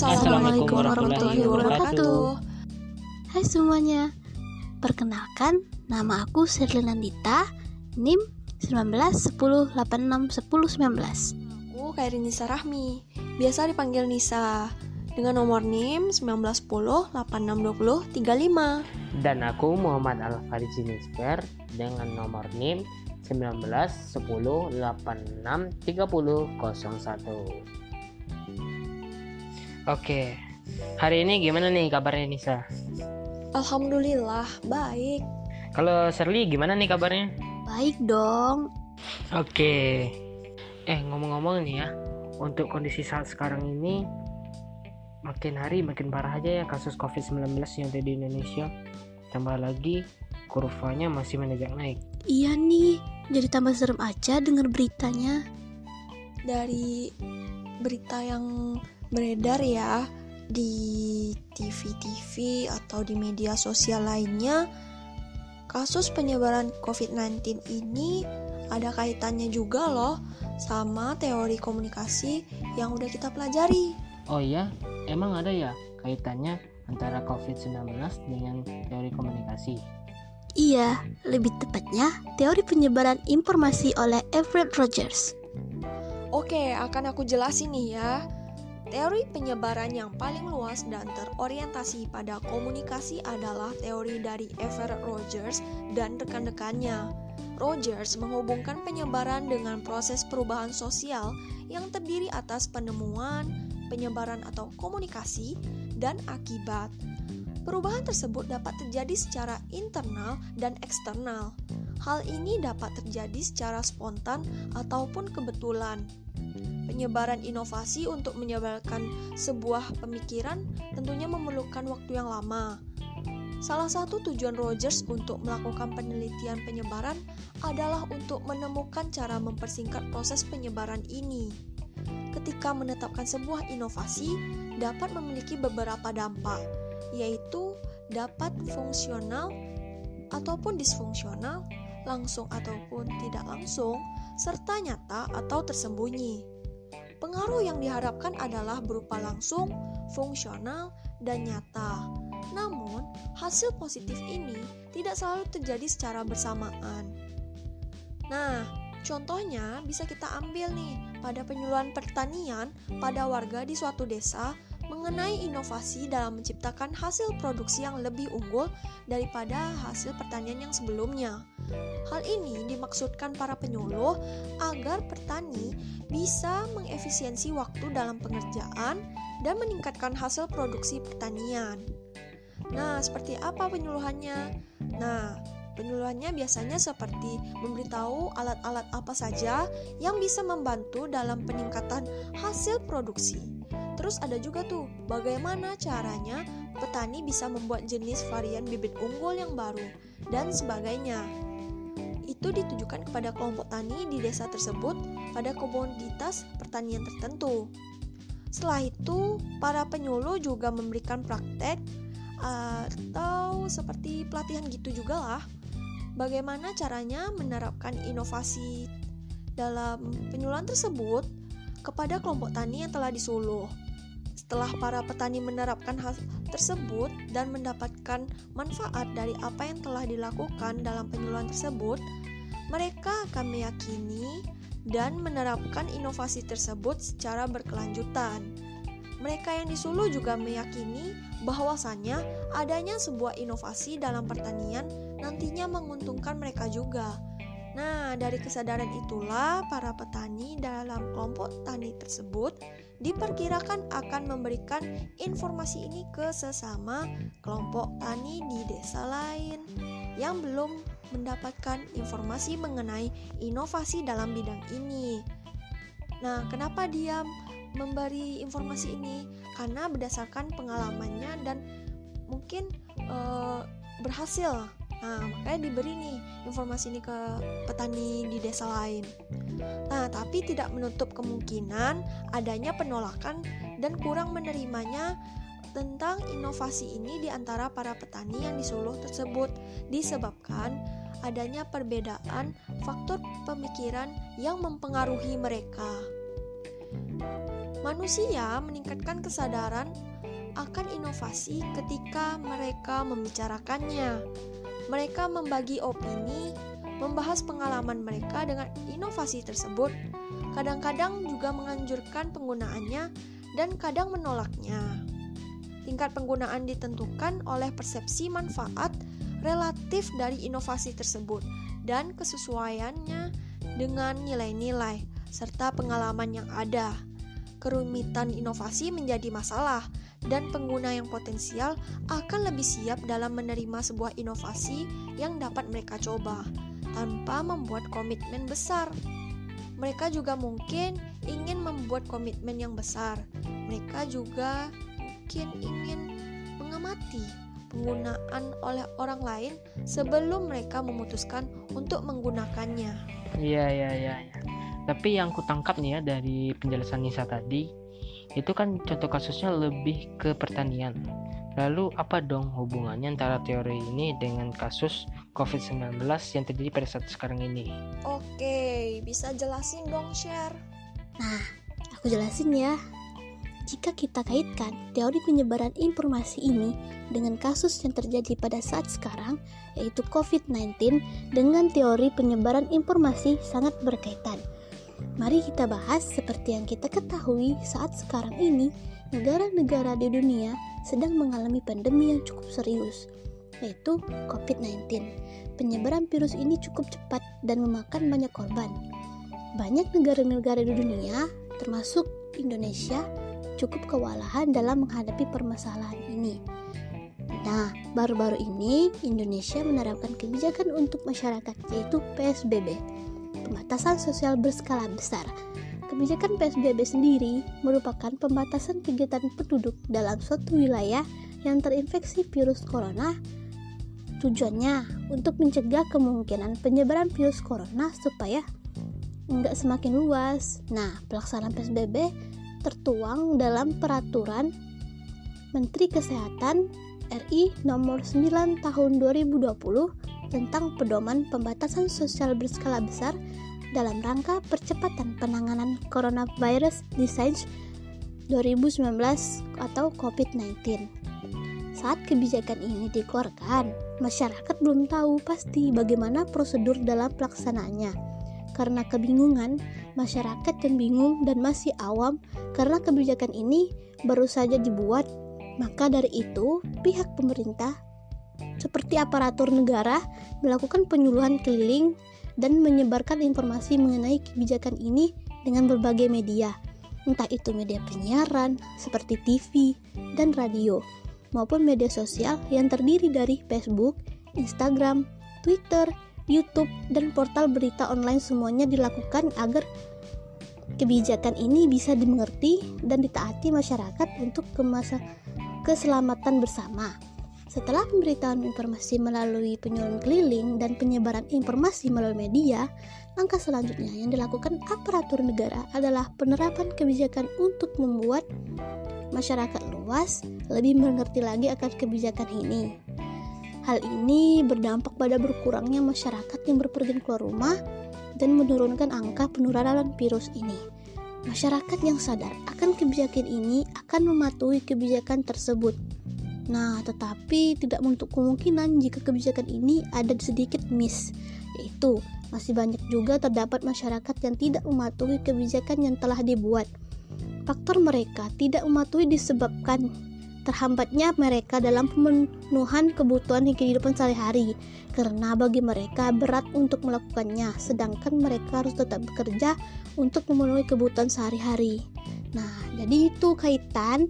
Assalamualaikum warahmatullahi wabarakatuh. Hai semuanya, perkenalkan nama aku Sherlyn Nandita, NIM 1910861019. Aku Kairinisa Rahmi, biasa dipanggil Nisa, dengan nomor NIM 1910862035. Dan aku Muhammad Al-Farizi Nisper dengan nomor NIM 1910863001. Oke, hari ini gimana nih kabarnya Nisa? Alhamdulillah, baik. Kalau Shirley gimana nih kabarnya? Baik dong. Oke, ngomong-ngomong nih ya, untuk kondisi saat sekarang ini makin hari makin parah aja ya kasus COVID-19 yang ada di Indonesia. Tambah lagi kurvanya masih menanjak naik. Iya nih, jadi tambah serem aja denger beritanya. Dari berita yang beredar ya di TV atau di media sosial lainnya, kasus penyebaran COVID-19 ini ada kaitannya juga loh sama teori komunikasi yang udah kita pelajari. Oh iya, emang ada ya kaitannya antara COVID-19 dengan teori komunikasi? Iya, lebih tepatnya teori penyebaran informasi oleh Everett Rogers. Oke, akan aku jelasin nih ya. Teori penyebaran yang paling luas dan terorientasi pada komunikasi adalah teori dari Everett Rogers dan rekan-rekannya. Rogers menghubungkan penyebaran dengan proses perubahan sosial yang terdiri atas penemuan, penyebaran atau komunikasi, dan akibat. Perubahan tersebut dapat terjadi secara internal dan eksternal. Hal ini dapat terjadi secara spontan ataupun kebetulan. Penyebaran inovasi untuk menyebarkan sebuah pemikiran tentunya memerlukan waktu yang lama. Salah satu tujuan Rogers untuk melakukan penelitian penyebaran adalah untuk menemukan cara mempersingkat proses penyebaran ini. Ketika menetapkan sebuah inovasi dapat memiliki beberapa dampak, yaitu dapat fungsional ataupun disfungsional, langsung ataupun tidak langsung, serta nyata atau tersembunyi. Pengaruh yang diharapkan adalah berupa langsung, fungsional, dan nyata. Namun, hasil positif ini tidak selalu terjadi secara bersamaan. Nah, contohnya bisa kita ambil nih pada penyuluhan pertanian pada warga di suatu desa mengenai inovasi dalam menciptakan hasil produksi yang lebih unggul daripada hasil pertanian yang sebelumnya. Hal ini dimaksudkan para penyuluh agar petani bisa mengefisiensi waktu dalam pengerjaan dan meningkatkan hasil produksi pertanian. Nah, seperti apa penyuluhannya? Nah, penyuluhannya biasanya seperti memberitahu alat-alat apa saja yang bisa membantu dalam peningkatan hasil produksi. Terus ada juga tuh, bagaimana caranya petani bisa membuat jenis varian bibit unggul yang baru, dan sebagainya. Itu ditujukan kepada kelompok tani di desa tersebut pada komoditas pertanian tertentu. Setelah itu, para penyuluh juga memberikan praktek atau seperti pelatihan gitu juga lah. Bagaimana caranya menerapkan inovasi dalam penyuluhan tersebut kepada kelompok tani yang telah disuluh. Setelah para petani menerapkan hal tersebut dan mendapatkan manfaat dari apa yang telah dilakukan dalam penyuluhan tersebut, mereka akan meyakini dan menerapkan inovasi tersebut secara berkelanjutan. Mereka yang disuluh juga meyakini bahwasannya adanya sebuah inovasi dalam pertanian nantinya menguntungkan mereka juga. Nah, dari kesadaran itulah para petani dalam kelompok tani tersebut diperkirakan akan memberikan informasi ini ke sesama kelompok tani di desa lain yang belum mendapatkan informasi mengenai inovasi dalam bidang ini. Nah, kenapa dia memberi informasi ini? Karena berdasarkan pengalamannya dan mungkin berhasil. Nah, makanya diberi nih informasi ini ke petani di desa lain. Nah, tapi tidak menutup kemungkinan adanya penolakan dan kurang menerimanya tentang inovasi ini di antara para petani yang disuluh tersebut, disebabkan adanya perbedaan faktor pemikiran yang mempengaruhi mereka. Manusia meningkatkan kesadaran akan inovasi ketika mereka membicarakannya. Mereka membagi opini, membahas pengalaman mereka dengan inovasi tersebut, kadang-kadang juga menganjurkan penggunaannya dan kadang menolaknya. Tingkat penggunaan ditentukan oleh persepsi manfaat relatif dari inovasi tersebut dan kesesuaiannya dengan nilai-nilai serta pengalaman yang ada. Kerumitan inovasi menjadi masalah dan pengguna yang potensial akan lebih siap dalam menerima sebuah inovasi yang dapat mereka coba tanpa membuat komitmen besar. Mereka juga mungkin ingin membuat komitmen yang besar. Mereka juga mungkin ingin mengamati penggunaan oleh orang lain sebelum mereka memutuskan untuk menggunakannya. Iya. Tapi yang kutangkap nih ya dari penjelasan Nisa tadi, itu kan contoh kasusnya lebih ke pertanian. Lalu apa dong hubungannya antara teori ini dengan kasus COVID-19 yang terjadi pada saat sekarang ini? Oke, bisa jelasin dong, Share? Nah, aku jelasin ya. Jika kita kaitkan teori penyebaran informasi ini dengan kasus yang terjadi pada saat sekarang, yaitu COVID-19, dengan teori penyebaran informasi sangat berkaitan. Mari kita bahas seperti yang kita ketahui saat sekarang ini, negara-negara di dunia sedang mengalami pandemi yang cukup serius, yaitu COVID-19. Penyebaran virus ini cukup cepat dan memakan banyak korban. Banyak negara-negara di dunia, termasuk Indonesia, cukup kewalahan dalam menghadapi permasalahan ini. Nah, baru-baru ini Indonesia menerapkan kebijakan untuk masyarakat, yaitu PSBB, pembatasan sosial berskala besar. Kebijakan PSBB sendiri merupakan pembatasan kegiatan penduduk dalam suatu wilayah yang terinfeksi virus corona. Tujuannya untuk mencegah kemungkinan penyebaran virus corona supaya nggak semakin luas. Nah, pelaksanaan PSBB tertuang dalam Peraturan Menteri Kesehatan RI Nomor 9 Tahun 2020 tentang pedoman pembatasan sosial berskala besar dalam rangka percepatan penanganan coronavirus disease 2019 atau COVID-19. Saat kebijakan ini dikeluarkan, masyarakat belum tahu pasti bagaimana prosedur dalam pelaksanaannya. Karena kebingungan, masyarakat yang bingung dan masih awam karena kebijakan ini baru saja dibuat. Maka dari itu, pihak pemerintah seperti aparatur negara melakukan penyuluhan keliling dan menyebarkan informasi mengenai kebijakan ini dengan berbagai media, entah itu media penyiaran seperti TV dan radio, maupun media sosial yang terdiri dari Facebook, Instagram, Twitter, YouTube, dan portal berita online. Semuanya dilakukan agar kebijakan ini bisa dimengerti dan ditaati masyarakat untuk keselamatan bersama. Setelah pemberitaan informasi melalui penyuluhan keliling dan penyebaran informasi melalui media, langkah selanjutnya yang dilakukan aparatur negara adalah penerapan kebijakan untuk membuat masyarakat luas lebih mengerti lagi akan kebijakan ini. Hal ini berdampak pada berkurangnya masyarakat yang berpergian keluar rumah dan menurunkan angka penularan virus ini. Masyarakat yang sadar akan kebijakan ini akan mematuhi kebijakan tersebut. Nah, tetapi tidak menutup kemungkinan jika kebijakan ini ada sedikit miss, yaitu masih banyak juga terdapat masyarakat yang tidak mematuhi kebijakan yang telah dibuat. Faktor mereka tidak mematuhi disebabkan terhambatnya mereka dalam pemenuhan kebutuhan kehidupan sehari-hari, karena bagi mereka berat untuk melakukannya, sedangkan mereka harus tetap bekerja untuk memenuhi kebutuhan sehari-hari. Nah, jadi itu kaitan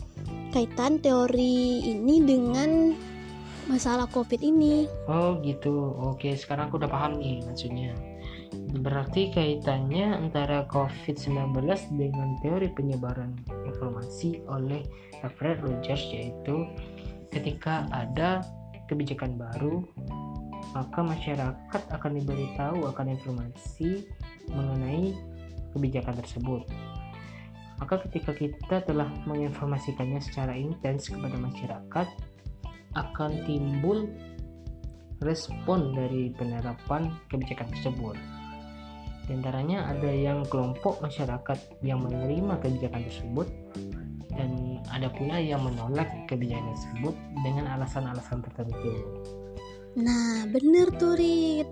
teori ini dengan masalah COVID ini. Oh gitu, oke, sekarang aku udah paham nih maksudnya. Berarti kaitannya antara COVID-19 dengan teori penyebaran informasi oleh Everett Rogers, yaitu ketika ada kebijakan baru, maka masyarakat akan diberitahu akan informasi mengenai kebijakan tersebut. Maka ketika kita telah menginformasikannya secara intens kepada masyarakat, akan timbul respon dari penerapan kebijakan tersebut. Di antaranya ada yang kelompok masyarakat yang menerima kebijakan tersebut, dan ada pula yang menolak kebijakan tersebut dengan alasan-alasan tertentu. Nah, bener tuh Rit.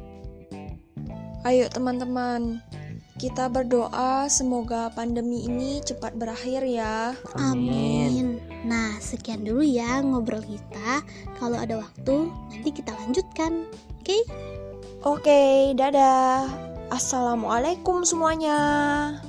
Ayo teman-teman, kita berdoa semoga pandemi ini cepat berakhir ya. Amin. Nah, sekian dulu ya ngobrol kita. Kalau ada waktu, nanti kita lanjutkan. Oke? Oke, dadah. Assalamualaikum semuanya.